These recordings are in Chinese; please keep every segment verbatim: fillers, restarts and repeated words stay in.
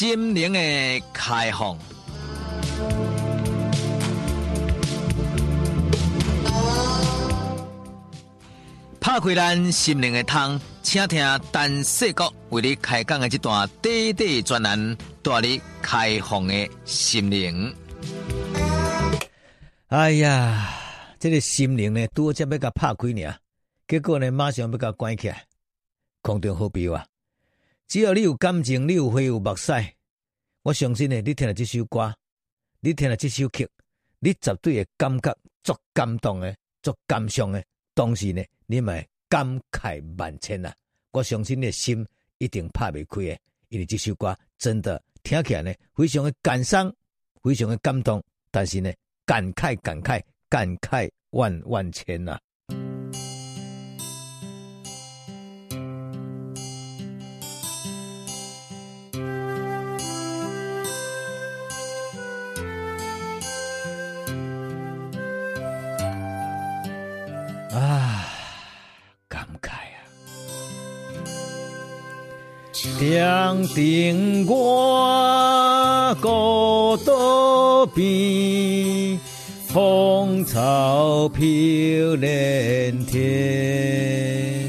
心灵的开放。拍开咱心灵的窗，请听陈世国为你开讲的这段短短专栏，带你开放的心灵。 哎呀，这个心灵呢，拄好才要甲拍开尔，结果呢，马上要甲关起来，空中好比啊！只要你有感情，你有花有目屎，我相信呢，你听了这首歌，你听了这首曲，你绝对会感觉足感动的，足感伤的。当时呢，你咪感慨万千啊！我相信你的心一定拍袂开的，因为这首歌真的听起来呢，非常的感伤，非常的感动，但是呢，感慨感慨感慨万万千啊！啊，感慨啊！定定我孤岛边，风潮飘连天。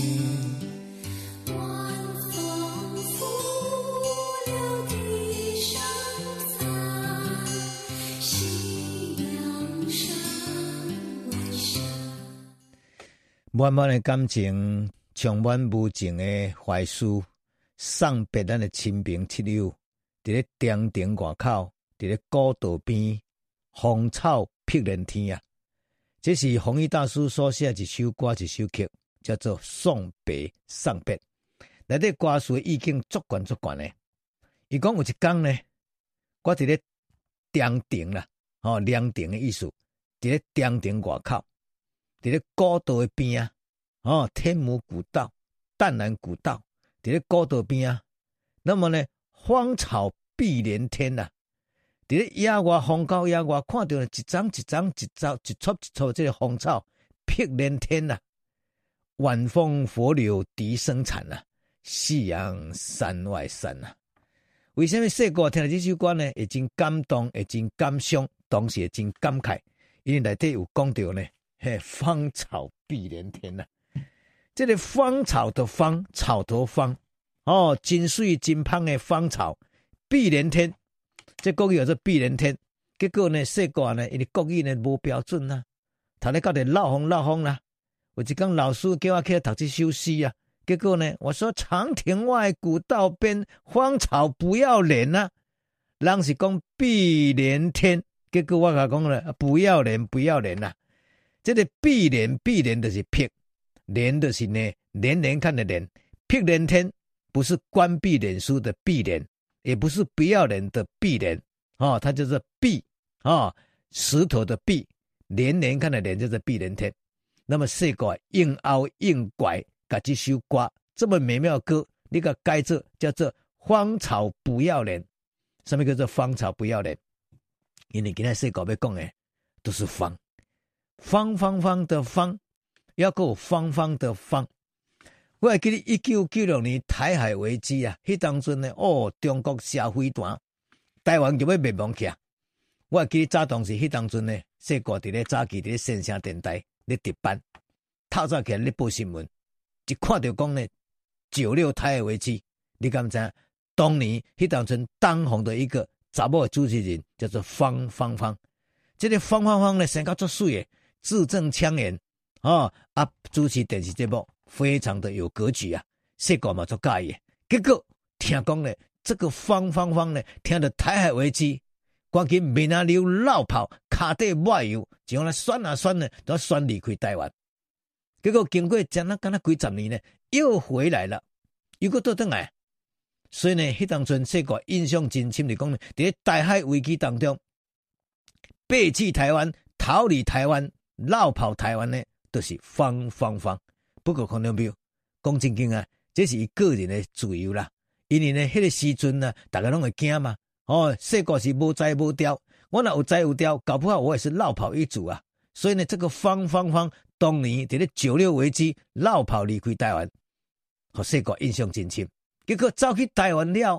晚风拂柳笛声残，夕阳山晚山。 满满的感情，充满无情的怀思，送别咱的亲朋戚友，伫咧长城外口，伫咧古道边，芳草碧连天啊！这是弘一大师所写一首歌，一首曲，叫做《送别送别》。内底歌词的意境足悬足悬的。伊讲有一天呢，我伫咧长城啦，哦，凉亭的意思，伫咧长城外口。伫咧古道的边啊，哦，天母古道、淡南古道，伫咧古道边啊。那么呢，芳草碧连天啊，伫咧野外风高野外，看到一丛一丛一丛一撮一撮这个芳草碧连天啊。晚风拂柳笛声残啊，夕阳山外山啊。为什么细个听到这首歌呢？会真感动，会真感伤，当时会真感慨，因为内底有讲到呢。嘿，芳草碧连天呐、啊！这个芳草的芳，草头芳，哦，真水真香的芳草，碧连天。这国语叫做碧连天。结果呢，细个呢，因为国语呢无标准啊，读咧到底老风老风啦。有一天老师叫我去读这首诗啊，结果呢，我说长亭外，古道边，芳草不要脸啊。人是讲碧连天，结果我甲讲了，不要脸，不要脸啊。这个碧连碧连就是辟，连就是呢连连看的连，辟连天不是关闭脸书的闭连，也不是不要脸的闭连，哦，它就是闭哦，石头的闭，连连看的连就是碧连天。那么细个硬凹硬拐，把这首歌这么美妙的歌，你个改做叫做芳草不要脸。什么叫做芳草不要脸？因为今天细个要讲的都是芳。方方方的方，要够方方的方。我还记得一九九六年台海危机啊，迄当阵呢，哦，中国社会团，台湾就要灭亡去啊。我还记得早当时迄当阵呢，细个伫咧早期伫咧线声电台咧值班，透早起来咧报新闻，一看到讲呢九六台海危机，你敢知？当年迄当阵当红的一个查某的主持人叫做方芳芳，这个方芳芳呢，生到足水的。字正腔圆，哦，啊，主持电视节目非常的有格局啊，细个嘛做介意。结果听讲呢，这个方芳芳呢，听到台海危机，赶紧面啊流落跑，脚底抹油，就用来选啊选呢，都选离开台湾。结果经过将那干那几十年呢，又回来了，又搁倒转来。所以呢，迄当阵细个印象真深的讲呢，在台海危机当中，背弃台湾，逃离台湾。绕跑台湾呢，都、就是方方方。不过看到没有？讲真经啊，这是伊个人的自由啦。因为呢，迄、那个时阵呢，大家拢会惊嘛。哦，细个是无灾无雕，我若有灾有雕，搞不好我也是绕跑一族啊。所以呢，这个方方方当年伫咧九六危机绕跑离开台湾，和细个印象真深。结果走去台湾了，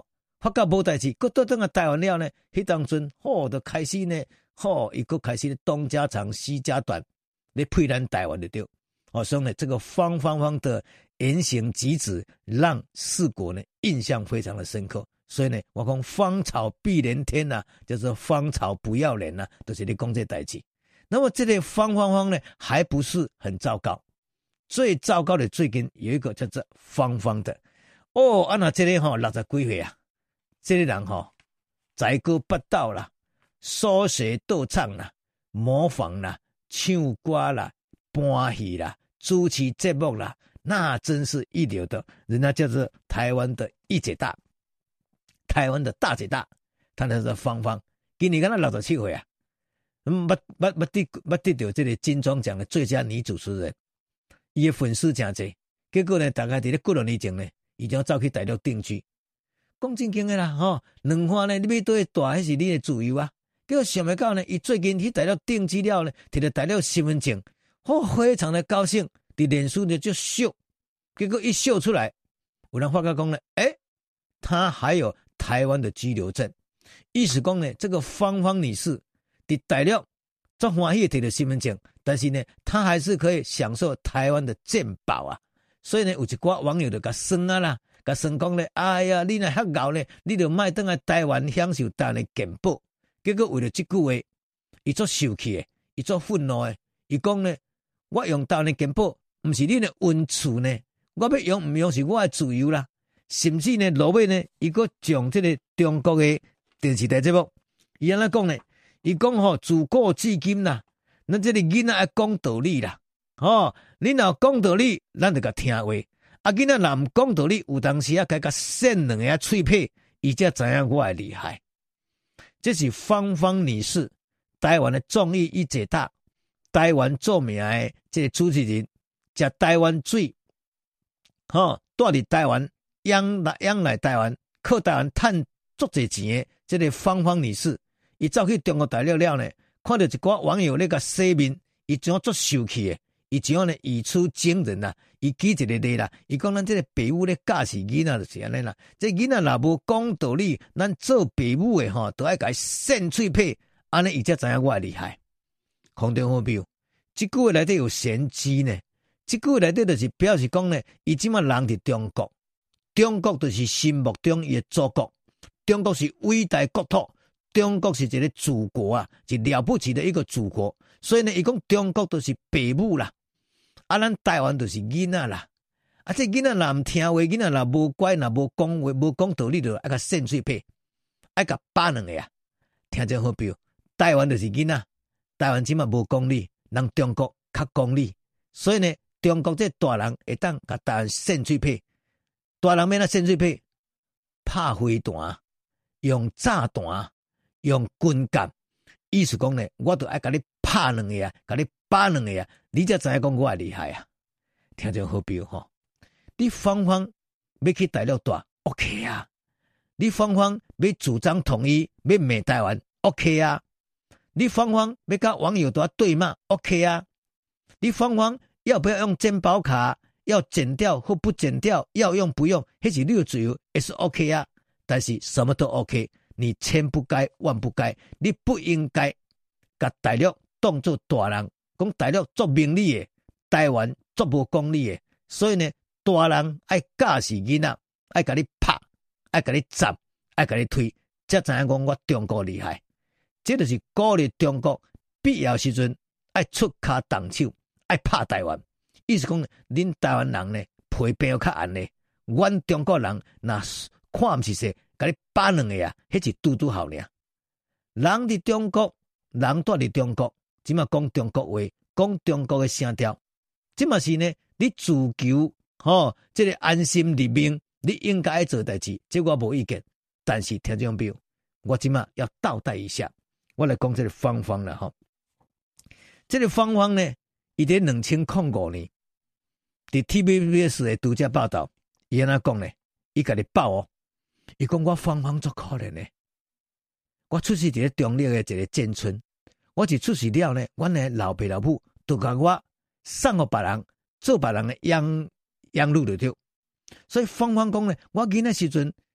发觉无代志，佫倒转来台湾了呢，迄当阵吼就开始呢，吼伊佫开始东家长西家短，咧配咱台湾就对。哦，所以呢，这个方方方的言行举止，让四国呢印象非常的深刻。所以呢，我讲芳草碧连天呐、啊，就是芳草不要脸呐、啊，都、就是你讲这代志。那么这个方方方呢，还不是很糟糕。最糟糕的最近有一个叫做方方的，哦，啊那这个吼六十几岁啊。这个人吼、哦，才高八斗啦，说学逗唱啦，模仿啦，唱歌啦，搬戏啦，主持节目啦，那真是一流的。人家叫做台湾的一姐大，台湾的大姐大，他那是芳芳，今年敢若六十七岁啊，嗯，捌捌捌得捌得到这个金钟奖的最佳女主持人，伊的粉丝真多，结果呢，大概伫咧几两年前呢，已经走去大陆定居。讲正经的啦，吼、哦，两花呢，你要对大，迄是你的自由啊。结果想不到呢，伊最近去大陆定居了呢，摕到大陆身份证，哦，非常的高兴，伫脸书呢就秀，结果一秀出来，有人发觉讲呢，诶，他还有台湾的居留证，意思讲呢，这个芳芳女士伫大陆做欢喜摕到身份证，但是呢，她还是可以享受台湾的健保啊。所以呢，有一寡网友就甲酸啊啦。甲算讲咧，哎呀，你若遐敖咧，你就莫倒来台湾享受台湾的健保。结果为了这句话，伊做生气的，伊做愤怒的，伊讲咧，我用台湾的健保，毋是你的恩赐呢，我要用毋用是我的自由啦。甚至呢，落尾呢，伊佫将这个中国的电视台节目，伊安怎讲呢？伊讲吼，自古至今啦，咱这个囡仔爱讲道理啦，吼，你若讲道理，咱就甲听话。啊，囡仔若毋讲道理，有当时啊，该甲扇两个喙皮，伊才知影我的厉害。这是芳芳女士，台湾的综艺一姐大，台湾著名的这个主持人，食台湾水，吼，住伫台湾，养来养来台湾，靠台湾赚足侪钱的，这个芳芳女士，伊走去中国大陆了呢，看到一寡网友咧甲洗面，伊怎做受气的。伊怎样呢？语出惊人啦！伊举一个例啦，伊讲咱这个爸母咧教示囡仔就是安尼啦。这囡仔若无讲道理，咱做爸母的吼，都爱甲伊扇喙皮，安尼伊才知影我厉害。空中好标，这句话内底有玄机呢。这句话内底就是表示讲呢，伊即马人伫中国，中国就是心目中伊的祖国，中国是伟大国土，中国是一个祖国啊，是了不起的一个祖国。所以呢，伊讲中国都是爸母啦。啊，咱台湾就是囡仔啦，啊，这囡仔若毋听话，囡仔若无乖，若无讲话，无讲道理，就爱甲扇嘴皮，爱甲巴两个啊，听真好标。台湾就是囡仔，台湾即马无讲理，人中国较讲理，所以呢，中国这大人会当甲台湾扇嘴皮，大人免那扇嘴皮，拍飞弹，用炸弹，用军舰，意思讲呢，我都爱甲你拍两个啊，甲你巴两个啊。你才知影讲我也厉害啊！听着好标吼，你芳芳要去大陆住 ，OK 啊！你芳芳要主张统一，要骂台湾 ，OK 啊！你芳芳要甲网友都对骂 ，OK 啊！你芳芳要不要用健保卡？要剪掉或不剪掉？要用不用？迄是你的自由，也是 OK 啊！但是什么都 OK， 你千不该万不该，你不应该甲大陆当作大人。讲大陆做明理的，台湾做无公理的，所以呢，大人爱教示囡仔，爱甲你拍，爱甲你斩，爱甲你推，才知影讲我中国厉害。这就是鼓励中国必要时阵爱出骹动手，爱拍台湾。意思讲，恁台湾人呢皮病较硬呢，阮中国人若看毋是说，甲你巴两个啊，迄是拄拄好尔。人伫中国，人住伫中国。即嘛讲中国话，讲中国的声调，即嘛是呢，你自求吼、哦，这个安心立命，你应该做代志，这我无意见。但是听众朋友，我即嘛要倒带一下，我来讲这个芳芳了吼。这个芳芳呢，伊伫两千零五年，伫 T V B S 的独家报道，伊安怎讲呢？伊甲你报哦，伊讲我芳芳足可怜的，我出世伫咧中立的一个贱村。我一出世了呢，阮的老爸老母都甲我送互别人，做别人的养养女就对。所以芳芳讲呢，我囡仔时阵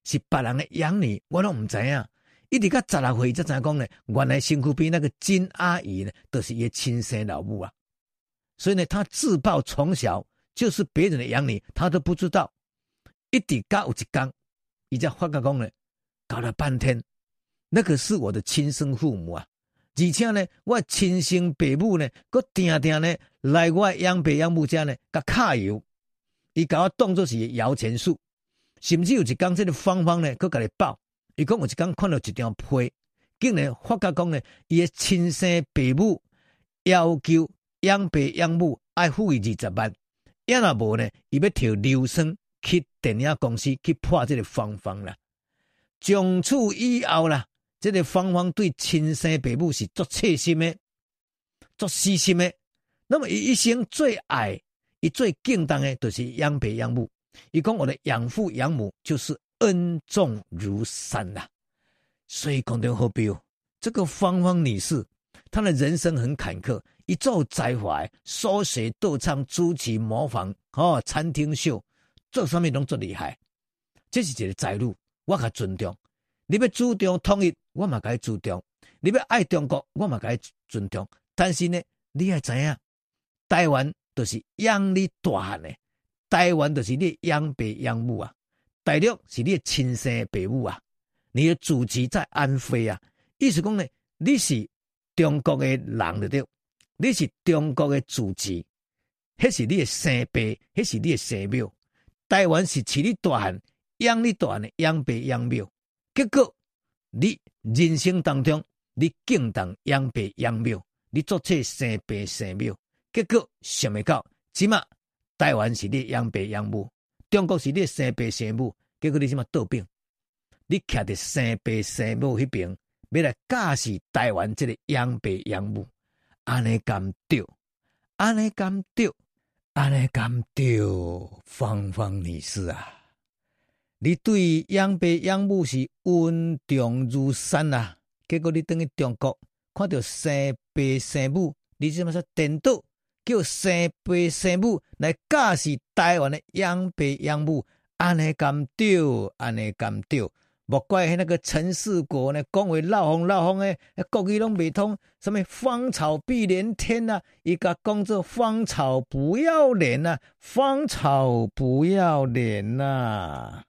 是别人的养女，我拢唔知影。一直到十六岁才知影讲呢，原来身躯边那个金阿姨呢，都是伊亲生老母啊。所以呢，他自曝从小就是别人的养女，他都不知道。一直到有一天，伊才发觉讲呢，搞了半天，那个是我的亲生父母啊。而且呢，我亲生爸母呢，佮定定呢来我养爸养母家呢，佮揩油，伊甲我当作是摇钱树，甚至有一天这个芳芳呢，佮甲你报，伊讲有一天看到一张批，竟然发觉讲呢，伊的亲生爸母要求养爸养母爱付伊二十万，要若无呢，伊要摕硫酸去电影公司去破这个芳芳啦。从此以后啦。这个芳芳对亲生爸母是足切心的，足死心的。那么，伊一生最爱、伊最敬重的，就是养爸养母。伊讲我的养父养母就是恩重如山啦。所以，观众好朋友，这个芳芳女士，她的人生很坎坷，一做才华，书写、歌唱、主持、模仿，哦，餐厅秀，做啥物拢足厉害。这是一个财路，我较尊重。你要主张统一，我嘛该主张；你要爱中国，我嘛该尊重。但是呢，你要知影，台湾就是养你大汉的，台湾就是你养爸养母啊，大陆是你的亲生爸母啊，你的祖籍在安徽啊。意思讲呢，你是中国的人对，你是中国的祖籍，迄是你的生爸，迄是你的生母。台湾是饲你大汉、养你大汉的养爸养母。结果，你人生当中，你敬重养爸养母，你做这生爸生母，结果想未到，即马台湾是你养爸养母，中国是你生爸生母，结果你即马倒病，你徛伫生爸生母迄边，要来驾驶台湾这个养爸养母，安尼敢对？安尼敢对？安尼敢对？芳芳女士啊！你对养爸养母是恩重如山啊，结果你等去中国看到生爸生母，你怎么说颠倒叫生爸生母来驾驶台湾的养爸养母，安尼敢对？安尼敢对？莫怪那个陈世国呢，讲话老风老风的，国语拢未通，什么芳草碧连天啊，伊甲讲做芳草不要脸啊，芳草不要脸呐、啊。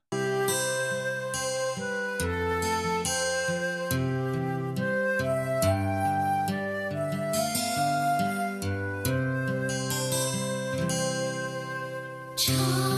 长